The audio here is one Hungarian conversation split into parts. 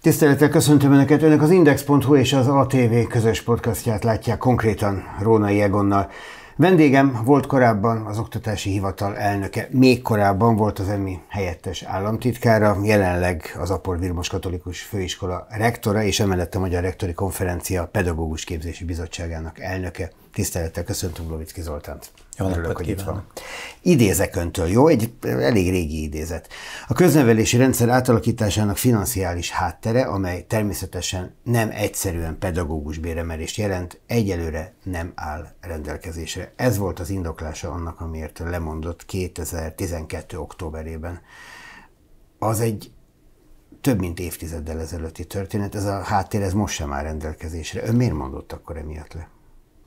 Tisztelettel köszöntöm Önöket! Önök az Index.hu és az ATV közös podcastját látják konkrétan Rónai Egonnal. Vendégem volt korábban az Oktatási Hivatal elnöke, még korábban volt az EMI helyettes államtitkára, jelenleg az Apol Vilmos Katolikus Főiskola rektora, és emellett a Magyar Rektori Konferencia Pedagógus Képzési Bizottságának elnöke. Tisztelettel köszöntöm Lovicki Zoltánt. Jó napot kívánok! Idézek öntől, jó? Egy elég régi idézet. A köznevelési rendszer átalakításának financiális háttere, amely természetesen nem egyszerűen pedagógus béremelést jelent, egyelőre nem áll rendelkezésre. Ez volt az indoklása annak, amiért lemondott 2012. októberében. Az egy több mint évtizeddel ezelőtti történet, ez a háttér, ez most sem áll rendelkezésre. Ön miért mondott akkor emiatt le?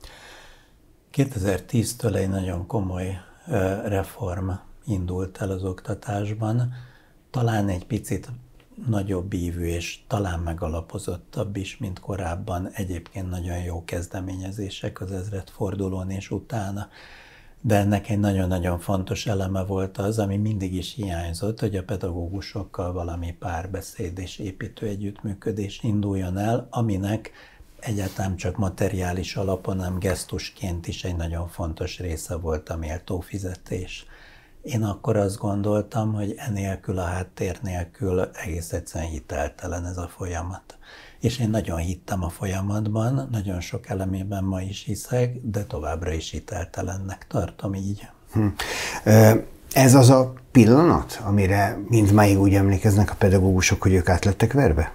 2010-től egy nagyon komoly reform indult el az oktatásban, talán egy picit nagyobb ívű és talán megalapozottabb is, mint korábban. Egyébként nagyon jó kezdeményezések az ezredfordulón és utána. De ennek egy nagyon-nagyon fontos eleme volt az, ami mindig is hiányzott, hogy a pedagógusokkal valami párbeszéd és építő együttműködés induljon el, aminek egyáltalán csak materiális alapon, hanem gesztusként is egy nagyon fontos része volt a méltó fizetés. Én akkor azt gondoltam, hogy enélkül, a háttér nélkül egész egyszerűen hiteltelen ez a folyamat. És én nagyon hittem a folyamatban, nagyon sok elemében ma is hiszek, de továbbra is hiteltelennek tartom így. Ez az a pillanat, amire mindmáig úgy emlékeznek a pedagógusok, hogy ők át lettek verve?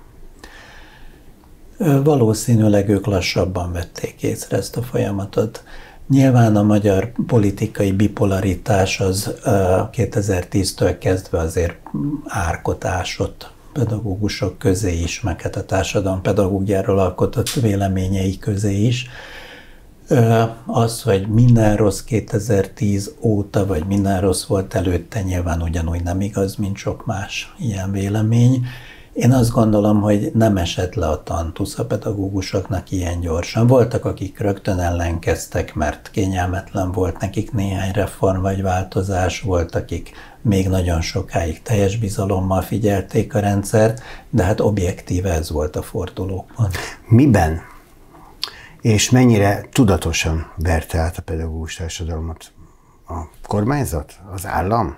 Valószínűleg ők lassabban vették észre ezt a folyamatot. Nyilván a magyar politikai bipolaritás az 2010-től kezdve azért árkot ásott pedagógusok közé is, meg hát a társadalom pedagógiáról alkotott véleményei közé is. Az, hogy minden rossz 2010 óta, vagy minden rossz volt előtte, nyilván ugyanúgy nem igaz, mint sok más ilyen vélemény. Én azt gondolom, hogy nem esett le a tantusz a pedagógusoknak ilyen gyorsan. Voltak, akik rögtön ellenkeztek, mert kényelmetlen volt nekik néhány reform vagy változás, volt, akik még nagyon sokáig teljes bizalommal figyelték a rendszert, de hát objektíve ez volt a fordulópont. Miben és mennyire tudatosan verte át a pedagógus társadalmat a kormányzat, az állam?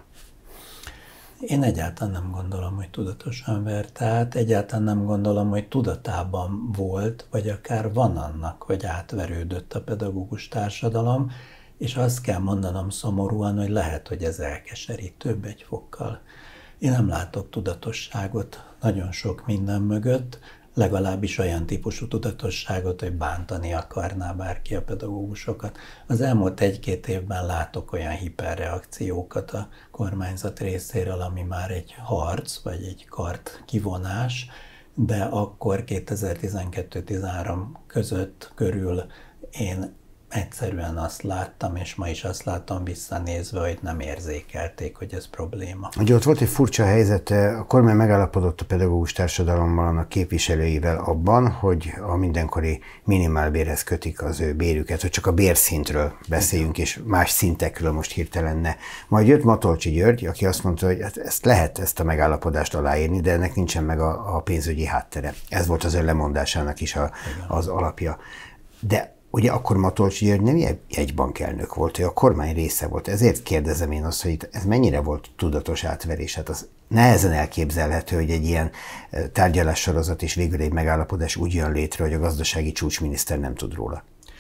Én egyáltalán nem gondolom, hogy tudatosan verte át, egyáltalán nem gondolom, hogy tudatában volt, vagy akár van annak, hogy átverődött a pedagógus társadalom, és azt kell mondanom szomorúan, hogy lehet, hogy ez elkeserítőbb egy fokkal. Én nem látok tudatosságot nagyon sok minden mögött, legalábbis olyan típusú tudatosságot, hogy bántani akarná bárki a pedagógusokat. Az elmúlt 1-2 évben látok olyan hiperreakciókat a kormányzat részéről, ami már egy harc, vagy egy kard kivonás, de akkor 2012-13 között körül én egyszerűen azt láttam, és ma is azt látom visszanézve, hogy nem érzékelték, hogy ez probléma. Ugye ott volt egy furcsa helyzet, a kormány megállapodott a pedagógus társadalommal, annak képviselőivel abban, hogy a mindenkori minimálbérhez kötik az ő bérüket, hogy csak a bérszintről beszéljünk, és más szintekről most hirtelen ne. Majd jött Matolcsy György, aki azt mondta, hogy hát ezt lehet ezt a megállapodást aláírni, de ennek nincsen meg a pénzügyi háttere. Ez volt az ön lemondásának is az alapja. De ugye akkor Matolcsy György nem jegybankelnök volt, ő a kormány része volt. Ezért kérdezem én azt, hogy ez mennyire volt tudatos átverés. Hát az nehezen elképzelhető, hogy egy ilyen tárgyalássorozat és végül egy megállapodás úgy jön létre, hogy a gazdasági csúcsminiszter nem tud róla.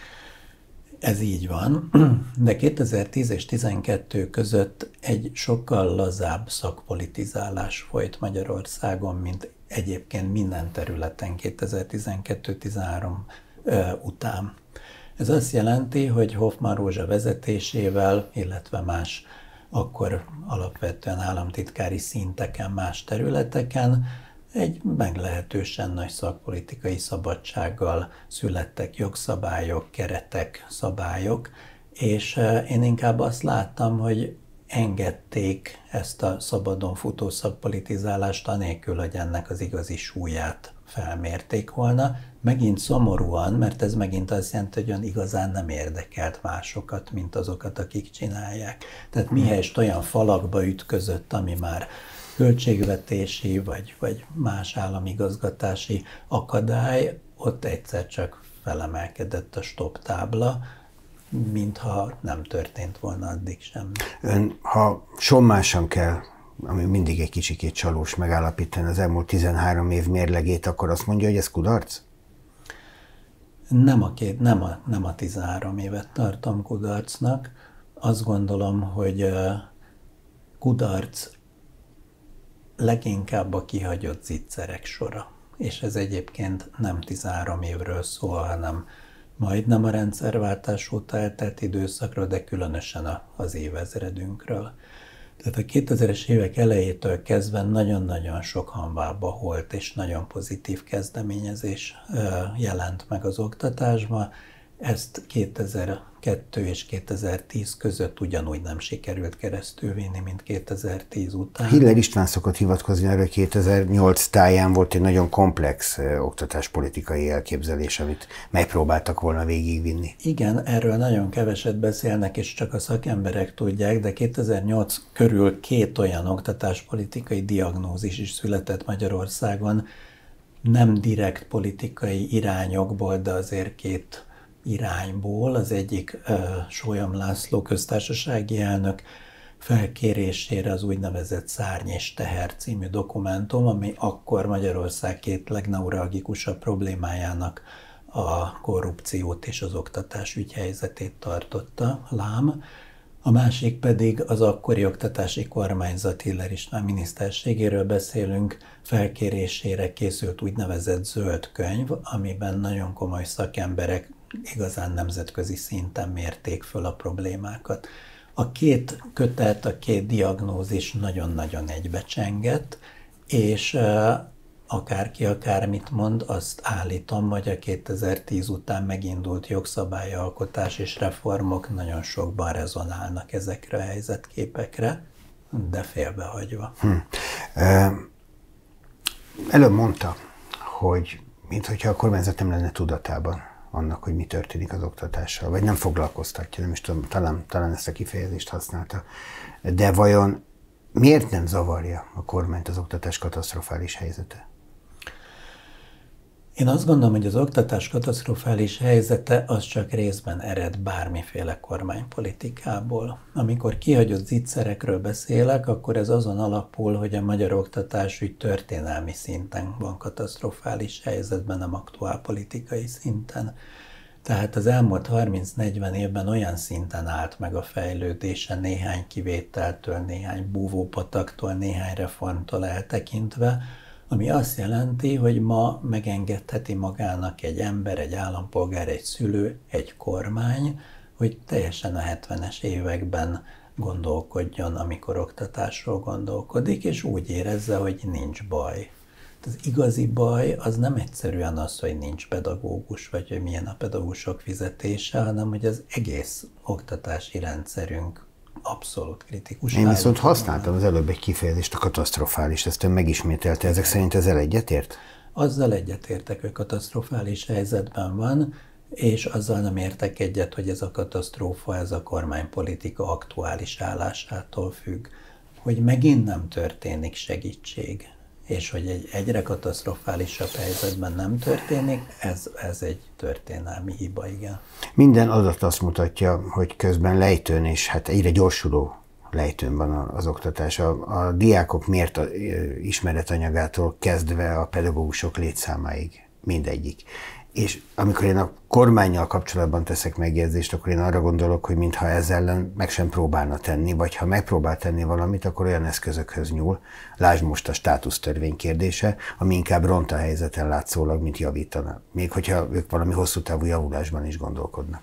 Ez így van, de 2010 és 2012 között egy sokkal lazább szakpolitizálás folyt Magyarországon, mint egyébként minden területen 2012-13 után. Ez azt jelenti, hogy Hoffmann Rózsa vezetésével, illetve más akkor alapvetően államtitkári szinteken, más területeken egy meglehetősen nagy szakpolitikai szabadsággal születtek jogszabályok, keretek, szabályok, és én inkább azt láttam, hogy engedték ezt a szabadon futó szakpolitizálást anélkül, hogy ennek az igazi súlyát felmérték volna. Megint szomorúan, mert ez megint azt jelenti, hogy olyan igazán nem érdekelt másokat, mint azokat, akik csinálják. Tehát mihelyest olyan falakba ütközött, ami már költségvetési vagy más államigazgatási akadály, ott egyszer csak felemelkedett a stop tábla, mintha nem történt volna addig semmi. Ön, ha sommásan kell, ami mindig egy kicsikét csalós megállapítani az elmúlt 13 év mérlegét, akkor azt mondja, hogy ez kudarc? Nem a 13 évet tartom kudarcnak. Azt gondolom, hogy kudarc leginkább a kihagyott zicserek sora. És ez egyébként nem 13 évről szól, hanem majdnem a rendszerváltás óta eltelt időszakról, de különösen az évezredünkről. Tehát a 2000-es évek elejétől kezdve nagyon-nagyon sok hanvába holt és nagyon pozitív kezdeményezés jelent meg az oktatásban. Ezt 2002 és 2010 között ugyanúgy nem sikerült keresztülvinni, mint 2010 után. Hiller István szokott hivatkozni arra, hogy 2008 táján volt egy nagyon komplex oktatáspolitikai elképzelés, amit megpróbáltak volna végigvinni. Igen, erről nagyon keveset beszélnek, és csak a szakemberek tudják, de 2008 körül 2 olyan oktatáspolitikai diagnózis is született Magyarországon, nem direkt politikai irányokból, de azért 2 irányból. Az egyik Sólyom László köztársasági elnök felkérésére az úgynevezett Szárny és teher című dokumentum, ami akkor Magyarország 2 legneuralgikusabb problémájának a korrupciót és az oktatás ügyhelyzetét tartotta lám. A másik pedig az akkori oktatási kormányzat, Hiller István miniszterségéről beszélünk, felkérésére készült úgynevezett zöld könyv, amiben nagyon komoly szakemberek igazán nemzetközi szinten mérték föl a problémákat. A 2 kötet, a 2 diagnózis nagyon-nagyon egybecsengett, és akárki akármit mond, azt állítom, hogy a 2010 után megindult jogszabályalkotás és reformok nagyon sokban rezonálnak ezekre a helyzetképekre, de félbehagyva. Előbb mondta, hogy minthogyha a kormányzat nem lenne tudatában annak, hogy mi történik az oktatással, vagy nem foglalkoztatja, nem is tudom, talán ezt a kifejezést használta. De vajon miért nem zavarja a kormányt az oktatás katasztrofális helyzete? Én azt gondolom, hogy az oktatás katasztrofális helyzete az csak részben ered bármiféle kormánypolitikából. Amikor kihagyott zicserekről beszélek, akkor ez azon alapul, hogy a magyar oktatásügy történelmi szinten van katasztrofális helyzetben, nem aktuálpolitikai szinten. Tehát az elmúlt 30-40 évben olyan szinten állt meg a fejlődése néhány kivételtől, néhány búvópataktól, néhány reformtól eltekintve, ami azt jelenti, hogy ma megengedheti magának egy ember, egy állampolgár, egy szülő, egy kormány, hogy teljesen a 70-es években gondolkodjon, amikor oktatásról gondolkodik, és úgy érezze, hogy nincs baj. Az igazi baj az nem egyszerűen az, hogy nincs pedagógus, vagy hogy milyen a pedagógusok fizetése, hanem hogy az egész oktatási rendszerünk abszolút kritikus. Én viszont használtam az előbb egy kifejezést, a katasztrofális, ezt ön megismételte. Ezek szerint ezzel egyetért? Azzal egyetértek, hogy katasztrofális helyzetben van, és azzal nem értek egyet, hogy ez a katasztrófa, ez a kormánypolitika aktuális állásától függ. Hogy megint nem történik segítség, és hogy egy egyre katasztrofálisabb helyzetben nem történik, ez egy történelmi hiba, igen. Minden adat azt mutatja, hogy közben lejtőn, és hát egyre gyorsuló lejtőn van az oktatás. A diákok mért ismeretanyagától kezdve a pedagógusok létszámáig mindegyik. És amikor én a kormánnyal kapcsolatban teszek megjegyzést, akkor én arra gondolok, hogy mintha ezzel ellen meg sem próbálna tenni, vagy ha megpróbál tenni valamit, akkor olyan eszközökhöz nyúl, lásd most a státusztörvény kérdése, ami inkább ront a helyzeten látszólag, mint javítana. Még hogyha ők valami hosszú távú javulásban is gondolkodnak.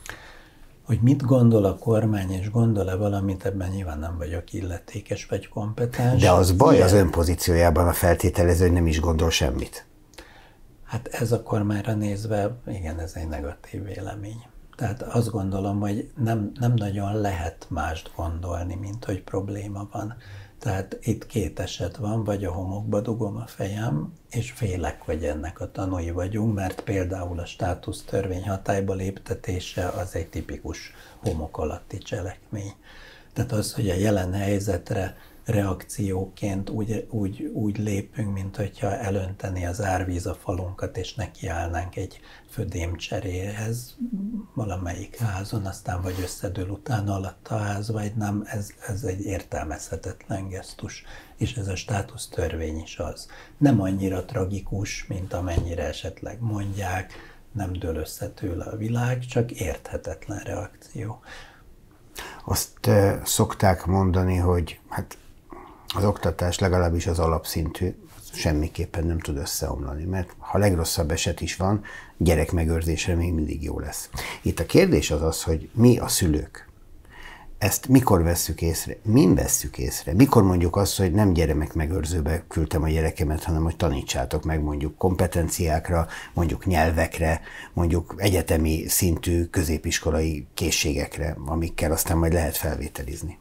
Hogy mit gondol a kormány, és gondol-e valamit, ebben nyilván nem vagyok illetékes vagy kompetens. De az baj az ön pozíciójában a feltételező, hogy nem is gondol semmit. Hát ez a kormányra nézve, igen, ez egy negatív vélemény. Tehát azt gondolom, hogy nem nagyon lehet mást gondolni, mint hogy probléma van. Tehát itt 2 eset van, vagy a homokba dugom a fejem, és félek, hogy ennek a tanúi vagyunk, mert például a státusztörvény hatályba léptetése az egy tipikus homok alatti cselekmény. Tehát az, hogy a jelen helyzetre reakcióként úgy lépünk, mint hogyha elönteni az árvíz a falunkat, és nekiállnánk egy födémcseréhez valamelyik házon, aztán vagy összedől utána alatt a ház, vagy nem, ez egy értelmezhetetlen gesztus, és ez a státusztörvény is az. Nem annyira tragikus, mint amennyire esetleg mondják, nem dől össze tőle a világ, csak érthetetlen reakció. Azt szokták mondani, hogy hát az oktatás legalábbis az alapszintű semmiképpen nem tud összeomlani, mert ha legrosszabb eset is van, gyerekmegőrzésre még mindig jó lesz. Itt a kérdés az, hogy mi a szülők ezt mikor vesszük észre, min vesszük észre, mikor mondjuk azt, hogy nem gyermekmegőrzőbe küldtem a gyerekemet, hanem hogy tanítsátok meg mondjuk kompetenciákra, mondjuk nyelvekre, mondjuk egyetemi szintű középiskolai készségekre, amikkel aztán majd lehet felvételizni.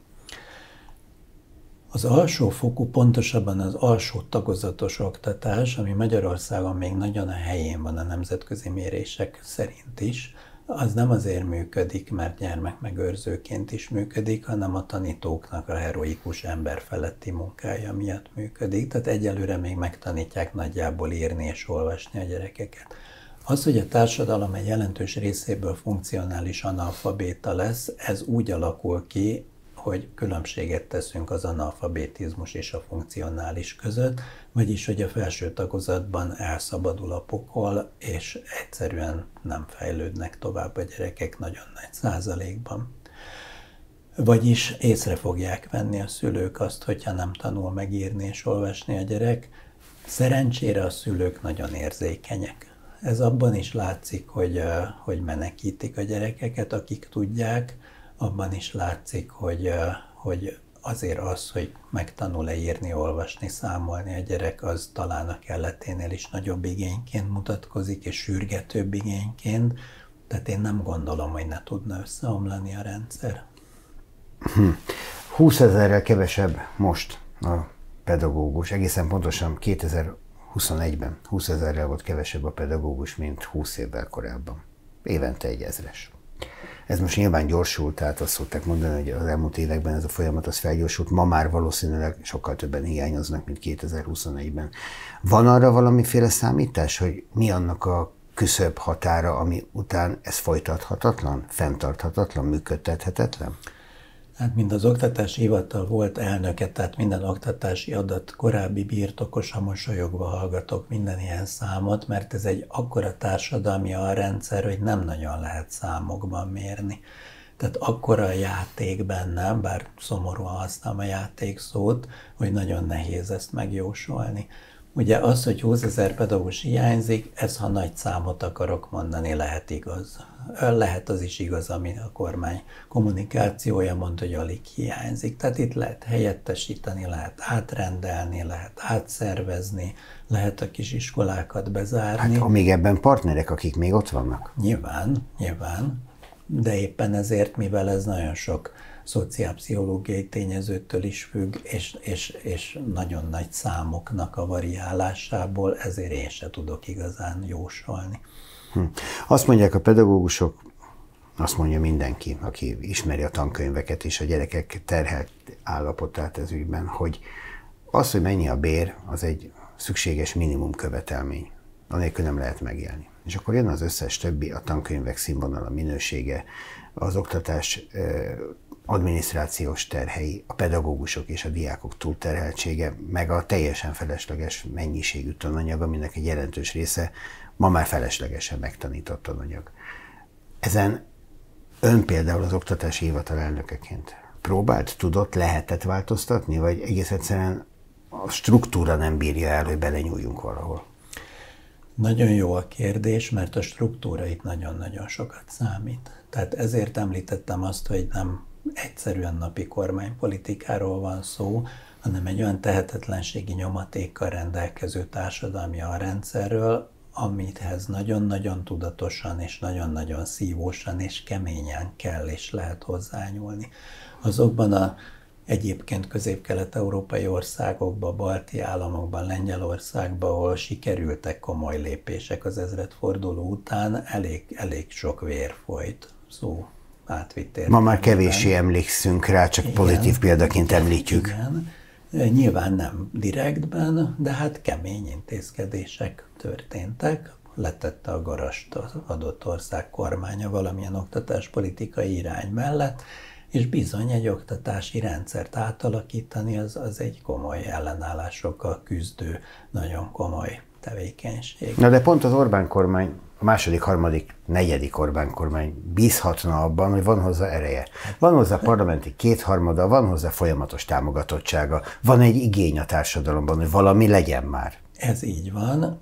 Az alsófokú, pontosabban az alsó tagozatos oktatás, ami Magyarországon még nagyon a helyén van a nemzetközi mérések szerint is, az nem azért működik, mert gyermekmegőrzőként is működik, hanem a tanítóknak a heroikus emberfeletti munkája miatt működik. Tehát egyelőre még megtanítják nagyjából írni és olvasni a gyerekeket. Az, hogy a társadalom egy jelentős részéből funkcionális analfabéta lesz, ez úgy alakul ki, hogy különbséget teszünk az analfabetizmus és a funkcionális között, vagyis hogy a felső tagozatban elszabadul a pokol, és egyszerűen nem fejlődnek tovább a gyerekek nagyon nagy százalékban. Vagyis észre fogják venni a szülők azt, hogyha nem tanul megírni és olvasni a gyerek. Szerencsére a szülők nagyon érzékenyek. Ez abban is látszik, hogy menekítik a gyerekeket, akik tudják, abban is látszik, hogy azért az, hogy megtanul-e írni, olvasni, számolni a gyerek, az talán a kelleténél is nagyobb igényként mutatkozik, és sürgetőbb igényként. Tehát én nem gondolom, hogy ne tudna összeomlani a rendszer. 20 000-rel kevesebb most a pedagógus, egészen pontosan 2021-ben 20 000-rel volt kevesebb a pedagógus, mint 20 évvel korábban. Évente 1000-es. Ez most nyilván gyorsult, tehát azt szokták mondani, hogy az elmúlt években ez a folyamat az felgyorsult, ma már valószínűleg sokkal többen hiányoznak, mint 2021-ben. Van arra valamiféle számítás, hogy mi annak a küszöbb határa, ami után ez folytathatatlan, fenntarthatatlan, működtethetetlen? Hát mind az Oktatási Hivatal volt elnöke, tehát minden oktatási adat korábbi birtokosa, mosolyogva hallgatok minden ilyen számot, mert ez egy akkora társadalmi alrendszer, hogy nem nagyon lehet számokban mérni. Tehát akkora a játék benne, bár szomorúan használom a játék szót, hogy nagyon nehéz ezt megjósolni. Ugye az, hogy 20 000 pedagógus hiányzik, ez ha nagy számot akarok mondani, lehet igaz. Lehet az is igaz, ami a kormány kommunikációja mondta, hogy alig hiányzik. Tehát itt lehet helyettesíteni, lehet átrendelni, lehet átszervezni, lehet a kisiskolákat bezárni. Hát amíg ebben partnerek, akik még ott vannak. Nyilván. De éppen ezért, mivel ez nagyon sok szociálpszichológiai tényezőtől is függ, és nagyon nagy számoknak a variálásából, ezért én se tudok igazán jósolni. Azt mondják a pedagógusok, azt mondja mindenki, aki ismeri a tankönyveket és a gyerekek terhelt állapotát ez ügyben, hogy az, hogy mennyi a bér, az egy szükséges minimum követelmény. Anélkül nem lehet megélni. És akkor jön az összes többi, a tankönyvek színvonala, minősége, az oktatás adminisztrációs terhei, a pedagógusok és a diákok túlterheltsége, meg a teljesen felesleges mennyiségű tananyag, aminek egy jelentős része ma már feleslegesen megtanított tananyag. Ezen ön például az Oktatási Hivatal elnökeként próbált, tudott, lehetett változtatni, vagy egész egyszerűen a struktúra nem bírja el, hogy belenyúljunk valahol? Nagyon jó a kérdés, mert a struktúra itt nagyon-nagyon sokat számít. Tehát ezért említettem azt, hogy nem egyszerűen napi kormánypolitikáról van szó, hanem egy olyan tehetetlenségi nyomatékkal rendelkező társadalmi alrendszerről, amithez nagyon-nagyon tudatosan és nagyon-nagyon szívósan és keményen kell és lehet hozzányúlni. Azokban a egyébként közép-kelet-európai országokban, balti államokban, Lengyelországban, ahol sikerültek komoly lépések az ezredforduló után, elég sok vér folyt, szó átvitt értelemben. Ma már kevéssé emlékszünk rá, csak pozitív példaként említjük. Igen. Nyilván nem direktben, de hát kemény intézkedések történtek. Letette a garast az adott ország kormánya valamilyen oktatáspolitikai irány mellett, és bizony egy oktatási rendszert átalakítani az egy komoly ellenállásokkal küzdő, nagyon komoly tevékenység. Na de pont az Orbán kormány, a második, harmadik, negyedik Orbán kormány bízhatna abban, hogy van hozzá ereje. Van hozzá parlamenti kétharmada, van hozzá folyamatos támogatottsága, van egy igény a társadalomban, hogy valami legyen már. Ez így van.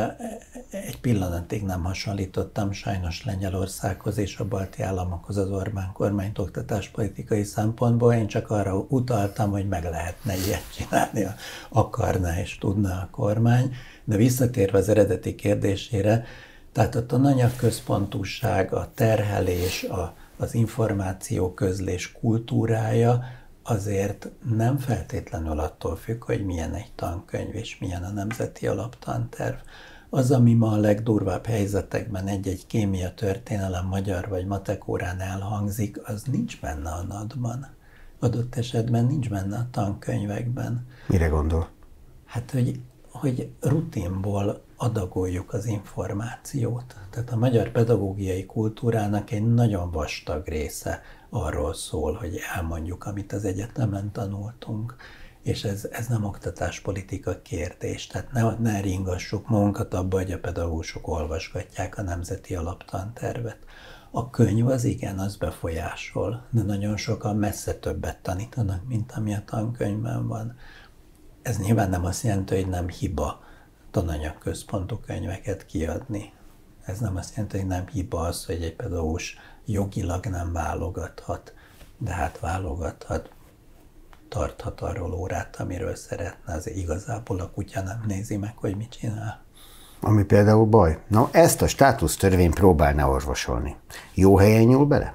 Egy pillanatig nem hasonlítottam sajnos Lengyelországhoz és a balti államokhoz az Orbán kormányt oktatáspolitikai szempontból. Én csak arra utaltam, hogy meg lehetne ilyet csinálni, akarná és tudna a kormány. De visszatérve az eredeti kérdésére, tehát a tananyagközpontúság, a terhelés, az információközlés kultúrája azért nem feltétlenül attól függ, hogy milyen egy tankönyv és milyen a nemzeti alaptanterv. Az, ami ma a legdurvább helyzetekben egy-egy kémia történelem magyar vagy matek órán elhangzik, az nincs benne a NAD-ban. Adott esetben nincs benne a tankönyvekben. Mire gondol? Hát, hogy rutinból adagoljuk az információt. Tehát a magyar pedagógiai kultúrának egy nagyon vastag része arról szól, hogy elmondjuk, amit az egyetemen tanultunk, és ez nem oktatáspolitika kérdés. Tehát ne ringassuk magunkat abba, hogy a pedagógusok olvasgatják a nemzeti alaptantervet. A könyv az igen, az befolyásol, de nagyon sokan messze többet tanítanak, mint ami a tankönyvben van. Ez nyilván nem azt jelenti, hogy nem hiba tananyagközpontú könyveket kiadni. Ez nem azt jelenti, hogy nem hiba az, hogy egy pedagógus jogilag nem válogathat, de hát válogathat, tarthat arról órát, amiről szeretne, azért igazából a kutya nem nézi meg, hogy mit csinál. Ami például baj. Na, ezt a státusztörvény próbálná orvosolni. Jó helyen nyúl bele?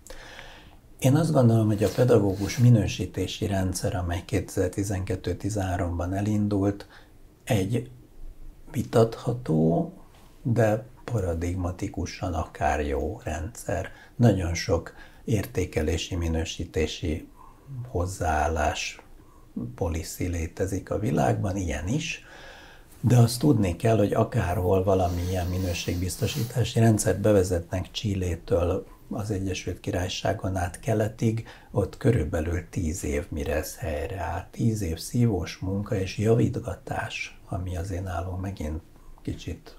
Én azt gondolom, hogy a pedagógus minősítési rendszer, amely 2012-13-ban elindult, egy vitatható, de paradigmatikusan akár jó rendszer. Nagyon sok értékelési, minősítési hozzáállás, policy létezik a világban, ilyen is, de azt tudni kell, hogy akárhol valamilyen minőségbiztosítási rendszert bevezetnek Chilétől az Egyesült Királyságon át keletig, ott körülbelül 10 év, mire ez helyreáll. 10 év szívós munka és javítgatás, ami azért nálunk megint kicsit...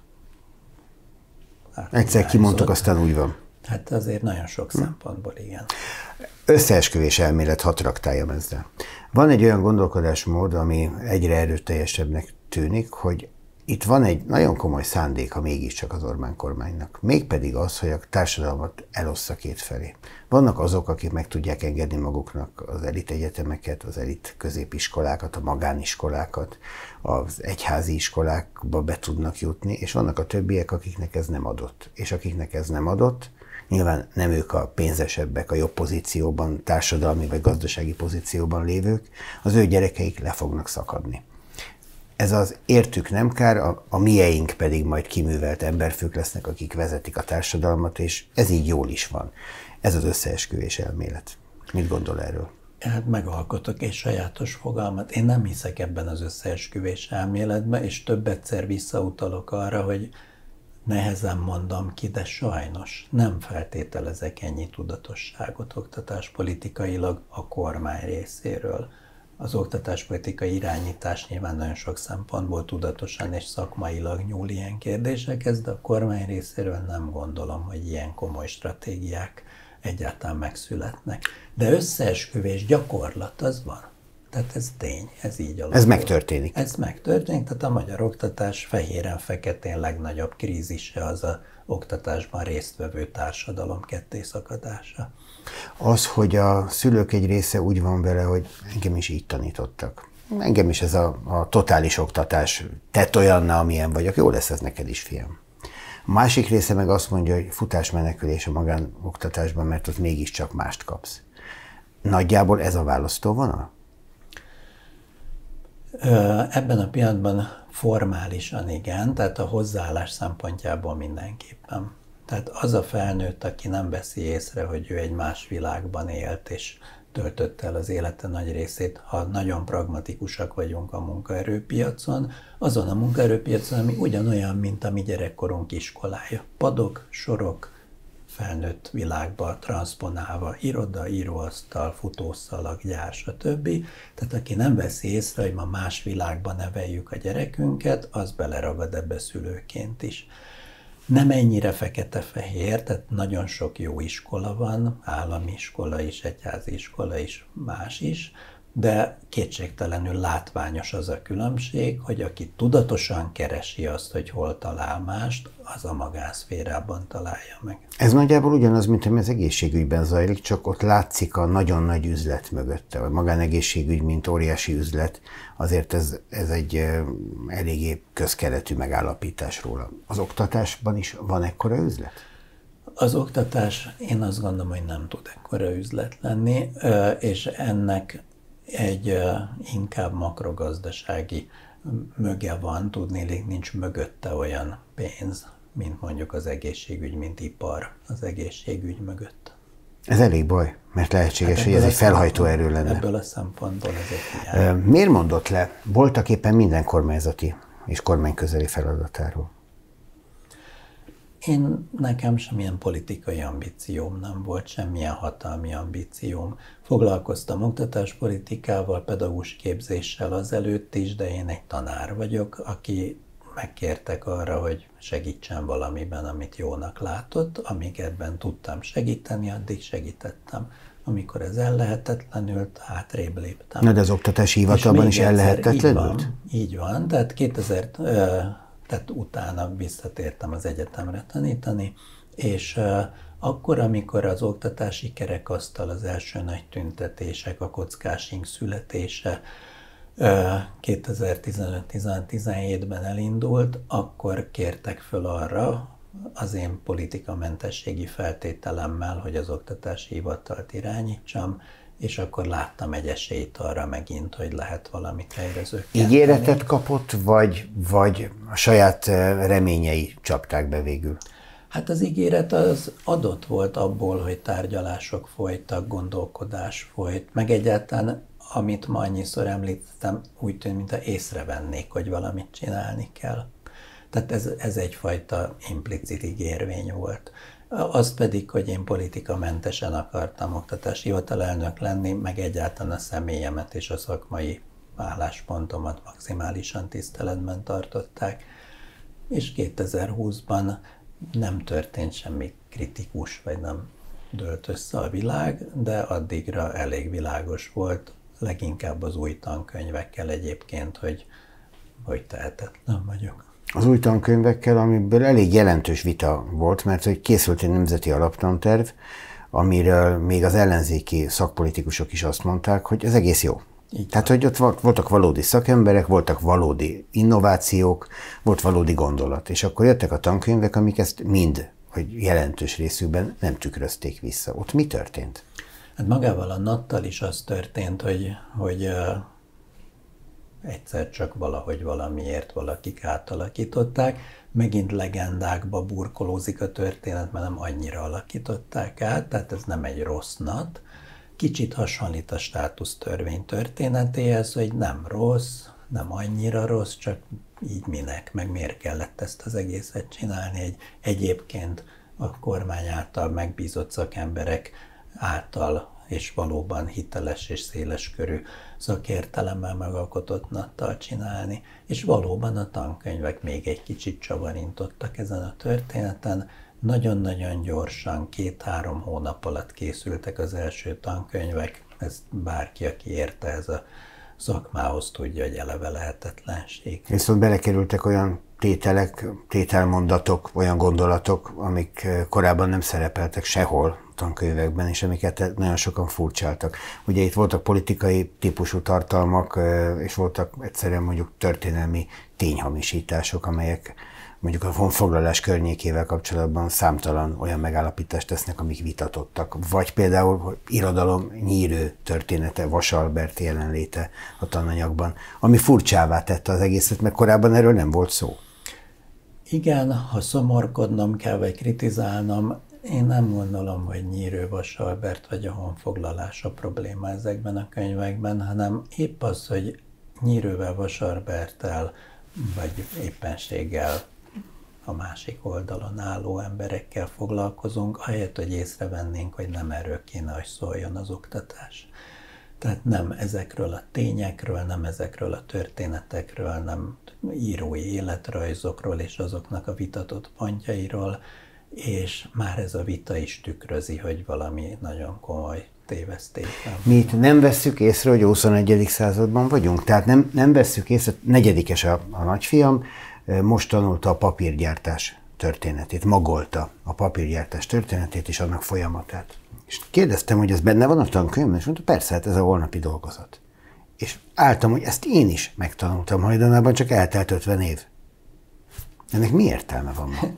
Egyszer kimondtuk, aztán úgy van. Hát azért nagyon sok szempontból igen. Összeesküvés elmélet, hadd traktáljam ezzel. Van egy olyan gondolkodásmód, ami egyre erőteljesebbnek tűnik, hogy itt van egy nagyon komoly szándéka mégiscsak az Orbán kormánynak. Mégpedig az, hogy a társadalmat elossza két felé. Vannak azok, akik meg tudják engedni maguknak az elit egyetemeket, az elit középiskolákat, a magániskolákat, az egyházi iskolákba be tudnak jutni, és vannak a többiek, akiknek ez nem adott. És akiknek ez nem adott, nyilván nem ők a pénzesebbek, a jobb pozícióban, társadalmi vagy gazdasági pozícióban lévők, az ő gyerekeik le fognak szakadni. Ez az értük nem kár, a mieink pedig majd kiművelt emberfők lesznek, akik vezetik a társadalmat, és ez így jól is van. Ez az összeesküvés elmélet. Mit gondol erről? Hát megalkotok egy sajátos fogalmat. Én nem hiszek ebben az összeesküvés elméletben, és több egyszer visszautalok arra, hogy nehezen mondom ki, de sajnos nem feltételezek ennyi tudatosságot oktatáspolitikailag a kormány részéről. Az oktatáspolitikai irányítás nyilván nagyon sok szempontból tudatosan és szakmailag nyúl ilyen kérdésekhez, de a kormány részéről nem gondolom, hogy ilyen komoly stratégiák egyáltalán megszületnek. De összeesküvés gyakorlat az van. Tehát ez tény, ez így alakul. Ez megtörténik. Ez megtörténik, tehát a magyar oktatás fehéren-feketén legnagyobb krízise az a oktatásban résztvevő társadalom kettészakadása. Az, hogy a szülők egy része úgy van vele, hogy engem is így tanítottak. Engem is ez a totális oktatás tett olyanná, amilyen vagyok. Jó lesz ez neked is, fiam. A másik része meg azt mondja, hogy futásmenekülés a magánoktatásban, mert ott mégiscsak mást kapsz. Nagyjából ez a választóvonal? Ebben a pillanatban formálisan igen, tehát a hozzáállás szempontjából mindenképpen. Tehát az a felnőtt, aki nem veszi észre, hogy ő egy más világban élt, és töltötte el az élete nagy részét, ha nagyon pragmatikusak vagyunk a munkaerőpiacon, azon a munkaerőpiacon, ami ugyanolyan, mint a mi gyerekkorunk iskolája. Padok, sorok, felnőtt világba transponálva, iroda, íróasztal, futószalag, gyár, stb. Tehát aki nem veszi észre, hogy ma más világban neveljük a gyerekünket, az beleragad ebbe szülőként is. Nem ennyire fekete-fehér, tehát nagyon sok jó iskola van, állami iskola is, egyházi iskola is, más is, de kétségtelenül látványos az a különbség, hogy aki tudatosan keresi azt, hogy hol talál mást, az a magánszférában találja meg. Ez nagyjából ugyanaz, mint ami az egészségügyben zajlik, csak ott látszik a nagyon nagy üzlet mögötte. A magánegészségügy, mint óriási üzlet, azért ez egy eléggé közkeletű megállapítás róla. Az oktatásban is van ekkora üzlet? Az oktatás, én azt gondolom, hogy nem tud ekkora üzlet lenni, és ennek egy inkább makrogazdasági möge van, tudnélik, nincs mögötte olyan pénz, mint mondjuk az egészségügy, mint ipar az egészségügy mögött. Ez elég baj, mert lehetséges, hogy ez egy felhajtó erő lenne. Ebből a szempontból ez egy hiány. Miért mondott le voltak éppen minden kormányzati és kormányközeli feladatáról? Nekem semmilyen politikai ambícióm nem volt, semmilyen hatalmi ambícióm. Foglalkoztam oktatáspolitikával, pedagógus képzéssel azelőtt is, de én egy tanár vagyok, aki megkértek arra, hogy segítsen valamiben, amit jónak látott. Amíg ebben tudtam segíteni, addig segítettem. Amikor ez ellehetetlenült, hátrébb léptem. Na, de az oktatási hivatalban is ellehetetlenült? Így van, tehát tehát utána visszatértem az egyetemre tanítani, és akkor, amikor az oktatási kerekasztal, az első nagy tüntetések, a kockásink születése 2015-17-ben elindult, akkor kértek föl arra az én politikamentességi feltételemmel, hogy az oktatási hivatalt irányítsam, és akkor láttam egy esélyt arra megint, hogy lehet valamit helyre zökkenteni. Ígéretet kapott, vagy a saját reményei csapták be végül? Hát az ígéret az adott volt abból, hogy tárgyalások folytak, gondolkodás folyt, meg egyáltalán, amit ma annyiszor említettem, úgy tűnt, mintha észrevennék, hogy valamit csinálni kell. Tehát ez egyfajta implicit ígérvény volt. Az pedig, hogy én politikamentesen akartam oktatási hivatalelnök lenni, meg egyáltalán a személyemet és a szakmai álláspontomat maximálisan tiszteletben tartották. És 2020-ban nem történt semmi kritikus, vagy nem dőlt össze a világ, de addigra elég világos volt, leginkább az új tankönyvekkel egyébként, hogy tehetetlen vagyok. Az új tankönyvekkel, amiből elég jelentős vita volt, mert hogy készült egy nemzeti alaptanterv, amiről még az ellenzéki szakpolitikusok is azt mondták, hogy ez egész jó. Tehát, hogy ott voltak valódi szakemberek, voltak valódi innovációk, volt valódi gondolat. És akkor jöttek a tankönyvek, amik ezt mind, hogy jelentős részükben nem tükrözték vissza. Ott mi történt? Hát magával a NAT-tal is az történt, hogy egyszer csak valahogy valamiért valakik átalakították. Megint legendákba burkolózik a történet, mert nem annyira alakították át, tehát ez nem egy rossz NAT. Kicsit hasonlít a státusztörvény történetéhez, hogy nem rossz, nem annyira rossz, csak így minek, meg miért kellett ezt az egészet csinálni egyébként a kormány által megbízott szakemberek által és valóban hiteles és széleskörű szakértelemmel megalkotott NAT-tal csinálni, és valóban a tankönyvek még egy kicsit csavarintottak ezen a történeten. Nagyon-nagyon gyorsan, 2-3 hónap alatt készültek az első tankönyvek, ez bárki, aki érte ez a szakmához tudja, hogy eleve lehetetlenség. Viszont belekerültek olyan tételmondatok, olyan gondolatok, amik korábban nem szerepeltek sehol tankönyvekben, és amiket nagyon sokan furcsáltak. Ugye itt voltak politikai típusú tartalmak, és voltak egyszerűen mondjuk történelmi tényhamisítások, amelyek mondjuk a honfoglalás környékével kapcsolatban számtalan olyan megállapítást tesznek, amik vitatottak. Vagy például irodalom nyírő története, Vas Albert jelenléte a tananyagban, ami furcsává tette az egészet, mert korábban erről nem volt szó. Igen, ha szomorkodnom kell, vagy kritizálnom, én nem gondolom, hogy Nyírő-Vas Albert vagy a honfoglalás a probléma ezekben a könyvekben, hanem épp az, hogy Nyírővel, Vas Alberttel, vagy éppenséggel a másik oldalon álló emberekkel foglalkozunk, ahelyett, hogy észrevennénk, hogy nem erről kéne, hogy szóljon az oktatás. Tehát nem ezekről a tényekről, nem ezekről a történetekről, nem írói életrajzokról és azoknak a vitatott pontjairól, és már ez a vita is tükrözi, hogy valami nagyon komoly tévesztés. Mi itt nem vesszük észre, hogy 21. században vagyunk, tehát nem vesszük észre, negyedikes a nagyfiam, most tanulta a papírgyártás történetét, magolta a papírgyártás történetét és annak folyamatát. És kérdeztem, hogy ez benne van a tankönyvben, és mondta, persze, hát ez a holnapi dolgozat. És álltam, hogy ezt én is megtanultam hajdanában, csak eltelt 50 év. Ennek mi értelme van ma?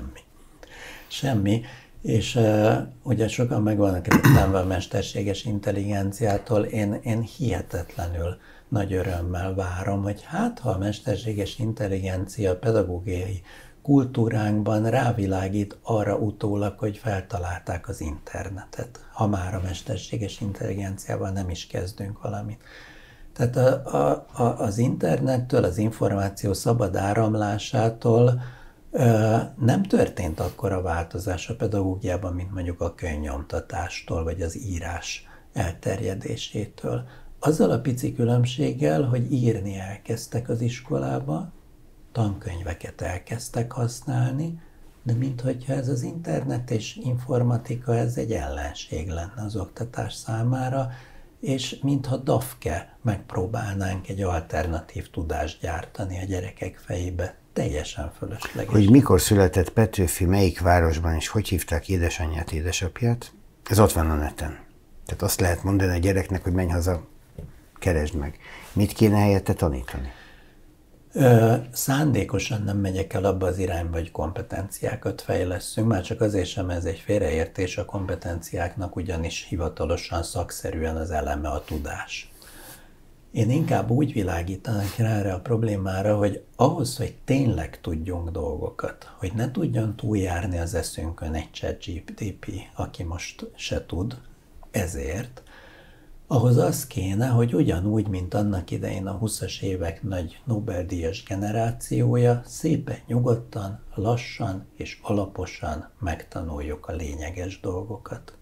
Semmi. És ugye sokan meg vannak rettenve a mesterséges intelligenciától, én hihetetlenül nagy örömmel várom, hogy hát ha a mesterséges intelligencia pedagógiai kultúránkban rávilágít arra utólag, hogy feltalálták az internetet, ha már a mesterséges intelligenciával nem is kezdünk valamit. Tehát az internettől, az információ szabad áramlásától nem történt akkora változás a pedagógiában, mint mondjuk a könyvnyomtatástól, vagy az írás elterjedésétől. Azzal a pici különbséggel, hogy írni elkezdtek az iskolába, tankönyveket elkezdtek használni, de minthogyha ez az internet és informatika, ez egy ellenség lenne az oktatás számára, és mintha dafke megpróbálnánk egy alternatív tudást gyártani a gyerekek fejébe. Teljesen fölösleges. Hogy mikor született Petőfi, melyik városban, és hogy hívták édesanyját, édesapját, ez ott van a neten. Tehát azt lehet mondani a gyereknek, hogy menj haza, keresd meg. Mit kéne helyette tanítani? Szándékosan nem megyek el abba az irányba, hogy kompetenciákat fejlesszünk, már csak azért sem, ez egy félreértés, a kompetenciáknak ugyanis hivatalosan, szakszerűen az eleme a tudás. Én inkább úgy világítanak rá erre a problémára, hogy ahhoz, hogy tényleg tudjunk dolgokat, hogy ne tudjon túljárni az eszünkön egy ChatGPT, aki most se tud, ezért, ahhoz az kéne, hogy ugyanúgy, mint annak idején a 20-as évek nagy Nobel-díjas generációja, szépen nyugodtan, lassan és alaposan megtanuljuk a lényeges dolgokat.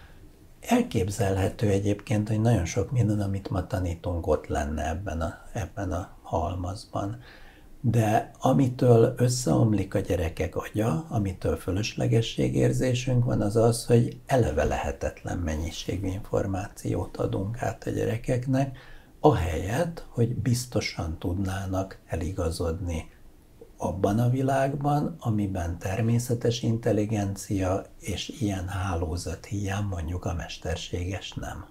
Elképzelhető egyébként, hogy nagyon sok minden, amit ma tanítunk, ott lenne ebben a halmazban. De amitől összeomlik a gyerekek agya, amitől fölöslegességérzésünk van, az az, hogy eleve lehetetlen mennyiségű információt adunk át a gyerekeknek, ahelyett, hogy biztosan tudnának eligazodni abban a világban, amiben természetes intelligencia és ilyen hálózat hiány, mondjuk a mesterséges nem.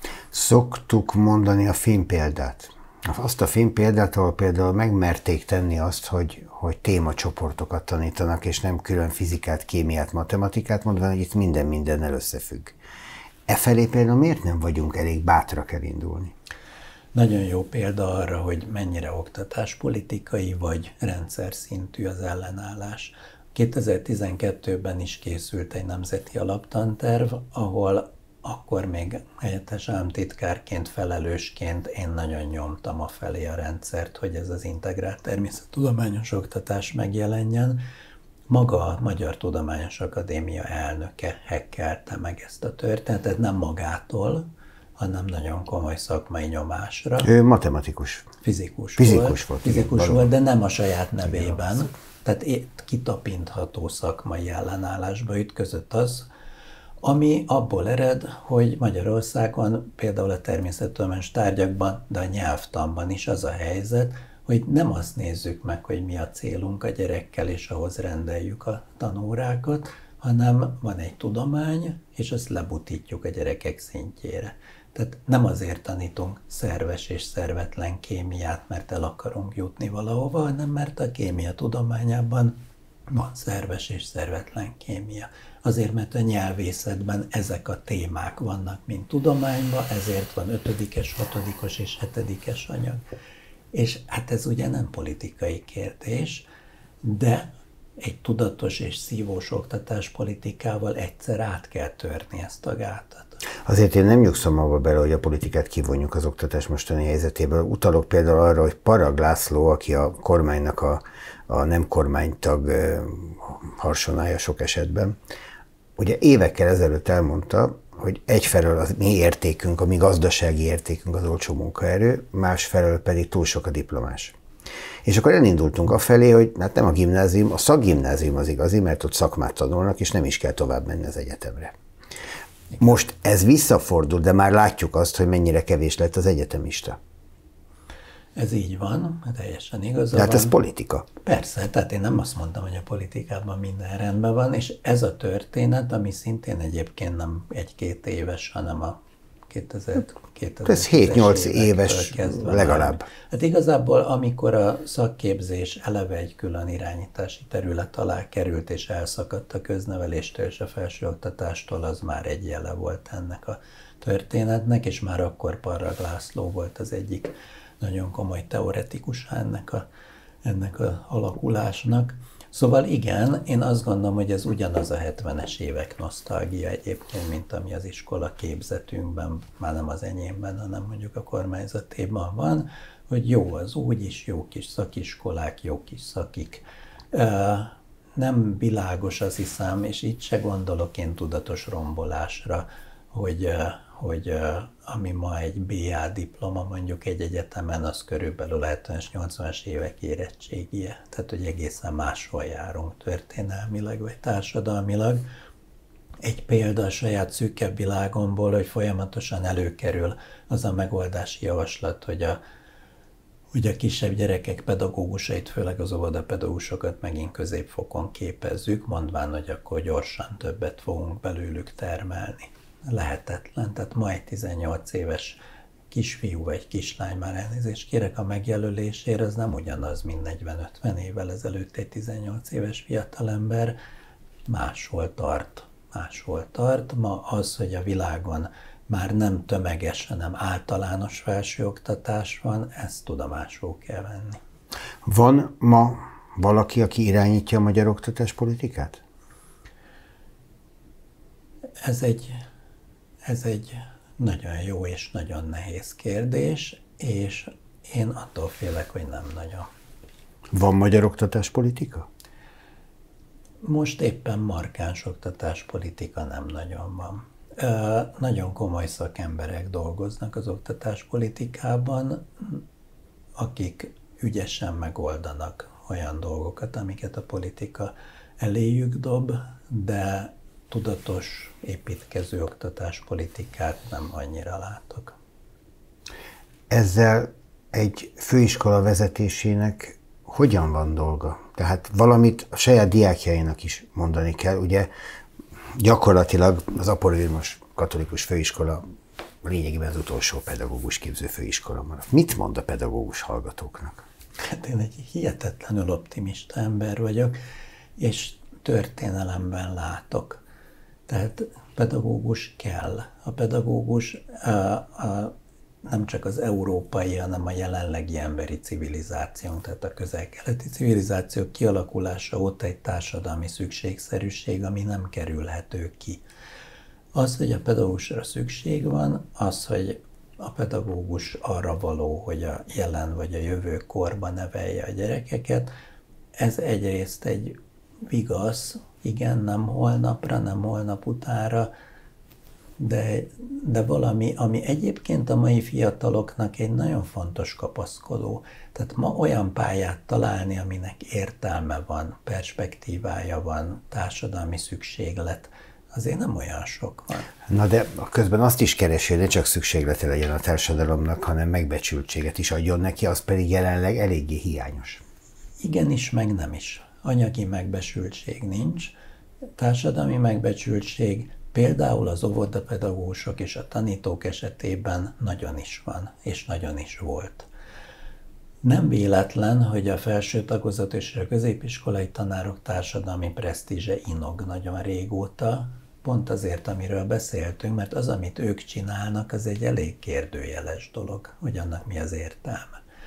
Szoktuk mondani a filmpéldát. Azt a filmpéldát, ahol például megmerték tenni azt, hogy témacsoportokat tanítanak, és nem külön fizikát, kémiát, matematikát, mondva, hogy itt minden mindennel összefügg. Efelé például miért nem vagyunk elég bátrak elindulni? Nagyon jó példa arra, hogy mennyire oktatáspolitikai vagy rendszer szintű az ellenállás. 2012-ben is készült egy nemzeti alaptanterv, ahol akkor még helyettes államtitkárként, felelősként én nagyon nyomtam afelé a rendszert, hogy ez az integrált természettudományos oktatás megjelenjen. Maga a Magyar Tudományos Akadémia elnöke hekkelte meg ezt a történetet, nem magától, hanem nagyon komoly szakmai nyomásra. Ő matematikus. Fizikus volt, de nem a saját nevében. Igen. Tehát kitapintható szakmai ellenállásba ütközött az, ami abból ered, hogy Magyarországon például a természettudományos tárgyakban, de a nyelvtanban is az a helyzet, hogy nem azt nézzük meg, hogy mi a célunk a gyerekkel, és ahhoz rendeljük a tanórákat, hanem van egy tudomány, és azt lebutítjuk a gyerekek szintjére. Tehát nem azért tanítunk szerves és szervetlen kémiát, mert el akarunk jutni valahova, hanem mert a kémia tudományában van szerves és szervetlen kémia. Azért, mert a nyelvészetben ezek a témák vannak, mint tudományban, ezért van 5-es, 6-os és 7-es anyag. És hát ez ugye nem politikai kérdés, de egy tudatos és szívós oktatáspolitikával egyszer át kell törni ezt a gátat. Azért én nem nyugszom abba bele, hogy a politikát kivonjuk az oktatás mostani helyzetéből. Utalok például arra, hogy Parag László, aki a kormánynak a nem kormánytag harsonája sok esetben, ugye évekkel ezelőtt elmondta, hogy egyfelől a mi értékünk, a mi gazdasági értékünk az olcsó munkaerő, másfelől pedig túl sok a diplomás. És akkor elindultunk afelé, hogy hát nem a gimnázium, a szakgimnázium az igazi, mert ott szakmát tanulnak, és nem is kell tovább menni az egyetemre. Most ez visszafordul, de már látjuk azt, hogy mennyire kevés lett az egyetemista. Ez így van, teljesen igaza Tehát van. ez politika. Persze, tehát én nem azt mondtam, hogy a politikában minden rendben van, és ez a történet, ami szintén egyébként nem 1-2 éves, hanem a 2000 ez 7-8 éves legalább. Már. Hát igazából, amikor a szakképzés eleve egy külön irányítási terület alá került, és elszakadt a közneveléstől és a felsőoktatástól, az már egy jele volt ennek a történetnek, és már akkor Parag László volt az egyik nagyon komoly teoretikusa ennek a alakulásnak. Szóval igen, én azt gondolom, hogy ez ugyanaz a 70-es évek nosztalgia egyébként, mint ami az iskola képzetünkben, már nem az enyémben, hanem mondjuk a kormányzatéban van, hogy jó az úgyis, jó kis szakiskolák, jó kis szakik. Nem világos, azt hiszem, és itt se gondolok én tudatos rombolásra, hogy ami ma egy BA diploma mondjuk egy egyetemen, az körülbelül 70-es, 80-as évek érettségie. Tehát, hogy egészen máshol járunk történelmileg vagy társadalmilag. Egy példa a saját szűkebb világomból, hogy folyamatosan előkerül az a megoldási javaslat, hogy a kisebb gyerekek pedagógusait, főleg az óvodapedagógusokat megint középfokon képezzük, mondván, hogy akkor gyorsan többet fogunk belőlük termelni. Lehetetlen. Tehát ma egy 18 éves kisfiú vagy kislány, már elnézést kérek a megjelölésére, az nem ugyanaz, mint 40-50 évvel ezelőtt egy 18 éves fiatalember. Máshol tart. Ma az, hogy a világon már nem tömeges, hanem általános felsőoktatás van, ezt tudomásul kell venni. Van ma valaki, aki irányítja a magyar oktatáspolitikát? Ez egy nagyon jó és nagyon nehéz kérdés, és én attól félek, hogy nem nagyon. Van magyar oktatáspolitika? Most éppen markáns oktatáspolitika nem nagyon van. Nagyon komoly szakemberek dolgoznak az oktatáspolitikában, akik ügyesen megoldanak olyan dolgokat, amiket a politika eléjük dob, de tudatos, építkező oktatáspolitikát nem annyira látok. Ezzel egy főiskola vezetésének hogyan van dolga? Tehát valamit a saját diákjainak is mondani kell. Ugye gyakorlatilag az Apor Vilmos Katolikus Főiskola lényegében az utolsó pedagógus képző főiskola maradt. Mit mond a pedagógus hallgatóknak? Hát én egy hihetetlenül optimista ember vagyok, és történelemben látok. Tehát pedagógus kell. A pedagógus nem csak az európai, hanem a jelenlegi emberi civilizációnk, tehát a közel-keleti civilizáció kialakulása óta egy társadalmi szükségszerűség, ami nem kerülhető ki. Az, hogy a pedagógusra szükség van, az, hogy a pedagógus arra való, hogy a jelen vagy a jövő korba nevelje a gyerekeket, ez egyrészt egy vigasz, igen, nem holnapra, nem holnap utára, de valami, ami egyébként a mai fiataloknak egy nagyon fontos kapaszkodó. Tehát ma olyan pályát találni, aminek értelme van, perspektívája van, társadalmi szükséglet, azért nem olyan sok van. Na de közben azt is keresi, hogy ne csak szükséglete legyen a társadalomnak, hanem megbecsültséget is adjon neki, az pedig jelenleg eléggé hiányos. Igenis, meg nem is. Anyagi megbecsültség nincs, társadalmi megbecsültség például az óvodapedagógusok és a tanítók esetében nagyon is van, és nagyon is volt. Nem véletlen, hogy a felső tagozat és a középiskolai tanárok társadalmi presztízse inog nagyon régóta, pont azért, amiről beszéltünk, mert az, amit ők csinálnak, az egy elég kérdőjeles dolog, hogy annak mi az értelme.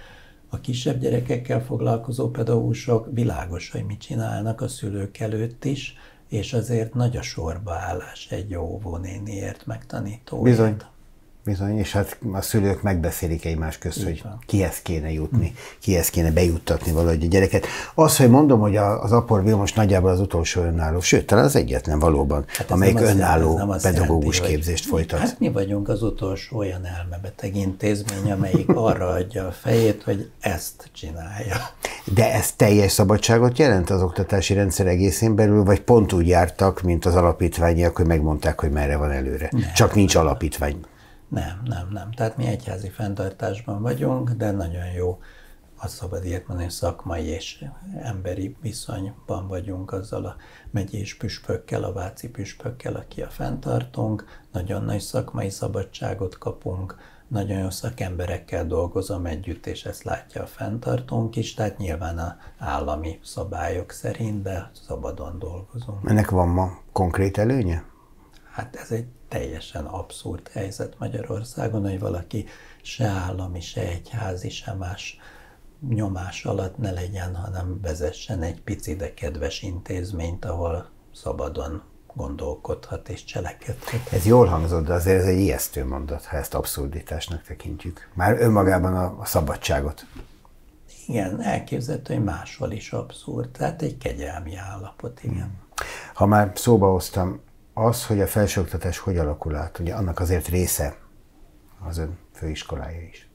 A kisebb gyerekekkel foglalkozó pedagógusok világos, hogy mit csinálnak a szülők előtt is, és azért nagy a sorbaállás egy jó óvónéniért, megtanítóért. Bizony, és hát a szülők megbeszélik egymás közt, hogy kihez kéne jutni, kihez kéne bejuttatni valahogy a gyereket. Az, hogy mondom, hogy az Apor Vilmos nagyjából az utolsó önálló, sőt, talán az egyetlen valóban, amelyik önálló pedagógus képzést folytat. Hát mi vagyunk az utolsó olyan elmebeteg intézmény, amelyik arra adja a fejét, hogy ezt csinálja. De ez teljes szabadságot jelent az oktatási rendszer egészén belül, vagy pont úgy jártak, mint az alapítványiak, hogy megmondták, hogy merre van előre? Csak nincs alapítvány. Nem. Tehát mi egyházi fenntartásban vagyunk, de nagyon jó, azt szabad ilyet mondani, szakmai és emberi viszonyban vagyunk azzal a megyés püspökkel, a váci püspökkel, aki a fenntartónk. Nagyon nagy szakmai szabadságot kapunk, nagyon jó szakemberekkel dolgozom együtt, és ezt látja a fenntartónk is, tehát nyilván az állami szabályok szerint, de szabadon dolgozunk. Ennek van ma konkrét előnye? Hát ez egy teljesen abszurd helyzet Magyarországon, hogy valaki se állami, se egyházi, se más nyomás alatt ne legyen, hanem vezessen egy pici, de kedves intézményt, ahol szabadon gondolkodhat és cselekedhet. Ez jól hangzott, de azért ez egy ijesztő mondat, ha ezt abszurditásnak tekintjük. Már önmagában a szabadságot. Igen, elképzelhető, hogy máshol is abszurd, tehát egy kegyelmi állapot, igen. Ha már szóba hoztam, az, hogy a felsőoktatás hogy alakul át, ugye annak azért része az ön főiskolája is,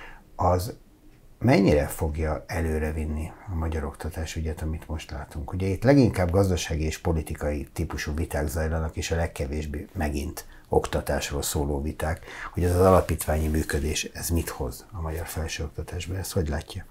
az mennyire fogja előrevinni a magyar oktatásügyet, amit most látunk? Ugye itt leginkább gazdasági és politikai típusú viták zajlanak, és a legkevésbé megint oktatásról szóló viták, hogy ez az alapítványi működés, ez mit hoz a magyar felsőoktatásban, ezt hogy látja?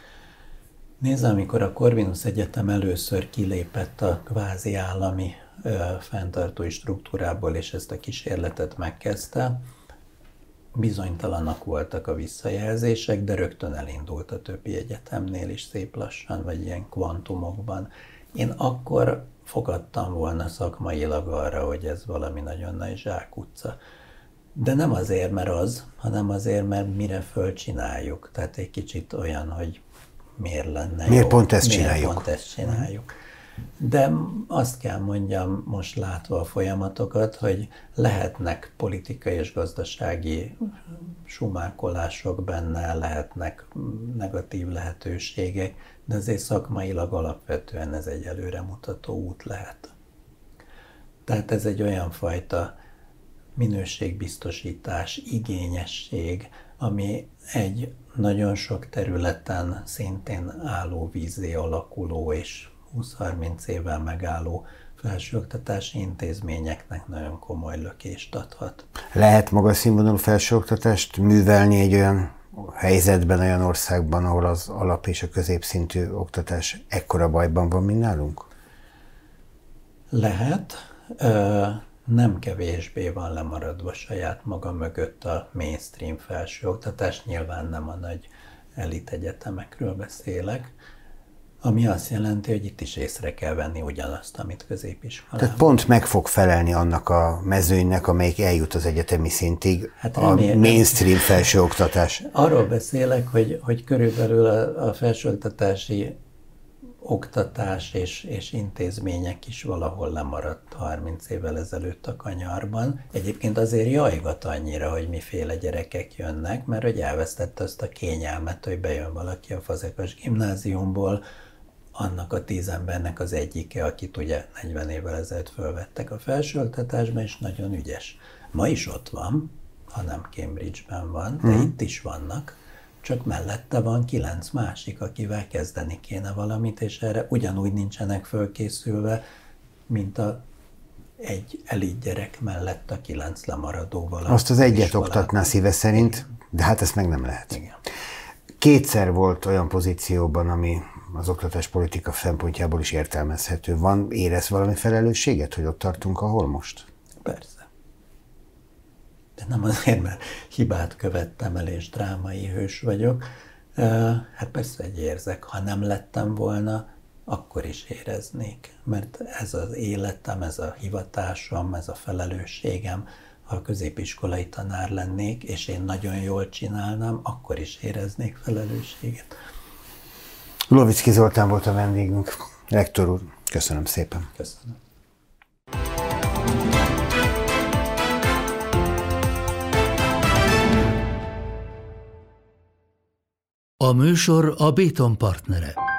Nézd, amikor a Corvinus Egyetem először kilépett a kvázi állami fenntartói struktúrából, és ezt a kísérletet megkezdte, bizonytalanak voltak a visszajelzések, de rögtön elindult a többi egyetemnél is szép lassan, vagy ilyen kvantumokban. Én akkor fogadtam volna szakmailag arra, hogy ez valami nagyon nagy zsákutca. De nem azért, mert az, hanem azért, mert mire fölcsináljuk. Tehát egy kicsit olyan, hogy miért lenne miért jó. Pont ezt miért csináljuk? Pont ezt csináljuk. De azt kell mondjam, most látva a folyamatokat, hogy lehetnek politikai és gazdasági sumákolások benne, lehetnek negatív lehetőségek, de azért szakmailag alapvetően ez egy előremutató út lehet. Tehát ez egy olyan fajta minőségbiztosítás, igényesség, ami egy nagyon sok területen szintén álló vízzé alakuló és 20-30 évvel megálló felsőoktatási intézményeknek nagyon komoly lökést adhat. Lehet magas színvonalú felsőoktatást művelni egy olyan helyzetben, olyan országban, ahol az alap- és a középszintű oktatás ekkora bajban van, mint nálunk? Lehet. Nem kevésbé van lemaradva saját maga mögött a mainstream felsőoktatás, nyilván nem a nagy elit egyetemekről beszélek, ami azt jelenti, hogy itt is észre kell venni ugyanazt, amit középiskolában. Tehát pont meg fog felelni annak a mezőnynek, amelyik eljut az egyetemi szintig, hát a mainstream felsőoktatás. Arról beszélek, hogy körülbelül a felsőoktatási oktatás és intézmények is valahol lemaradt 30 évvel ezelőtt a kanyarban. Egyébként azért jajgat annyira, hogy miféle gyerekek jönnek, mert hogy elvesztette azt a kényelmet, hogy bejön valaki a Fazekas gimnáziumból, annak a 10 embernek az egyike, akit ugye 40 évvel ezelőtt fölvettek a felsőoktatásba, és nagyon ügyes. Ma is ott van, ha nem Cambridge-ben van, de itt is vannak, csak mellette van 9 másik, akivel kezdeni kéne valamit, és erre ugyanúgy nincsenek fölkészülve, mint egy elit gyerek mellett a 9 lemaradóval. Azt az egyet oktatná szíve szerint, de hát ezt meg nem lehet. Igen. Kétszer volt olyan pozícióban, ami az oktatáspolitika szempontjából is értelmezhető. Érez valami felelősséget, hogy ott tartunk, ahol most? Persze. De nem azért, mert hibát követtem el, és drámai hős vagyok. Hát persze, hogy érzek. Ha nem lettem volna, akkor is éreznék. Mert ez az életem, ez a hivatásom, ez a felelősségem, ha középiskolai tanár lennék, és én nagyon jól csinálnám, akkor is éreznék felelősséget. Lovicki Zoltán volt a vendégünk. Rektor úr, köszönöm szépen. Köszönöm. A műsor a Béton partnere.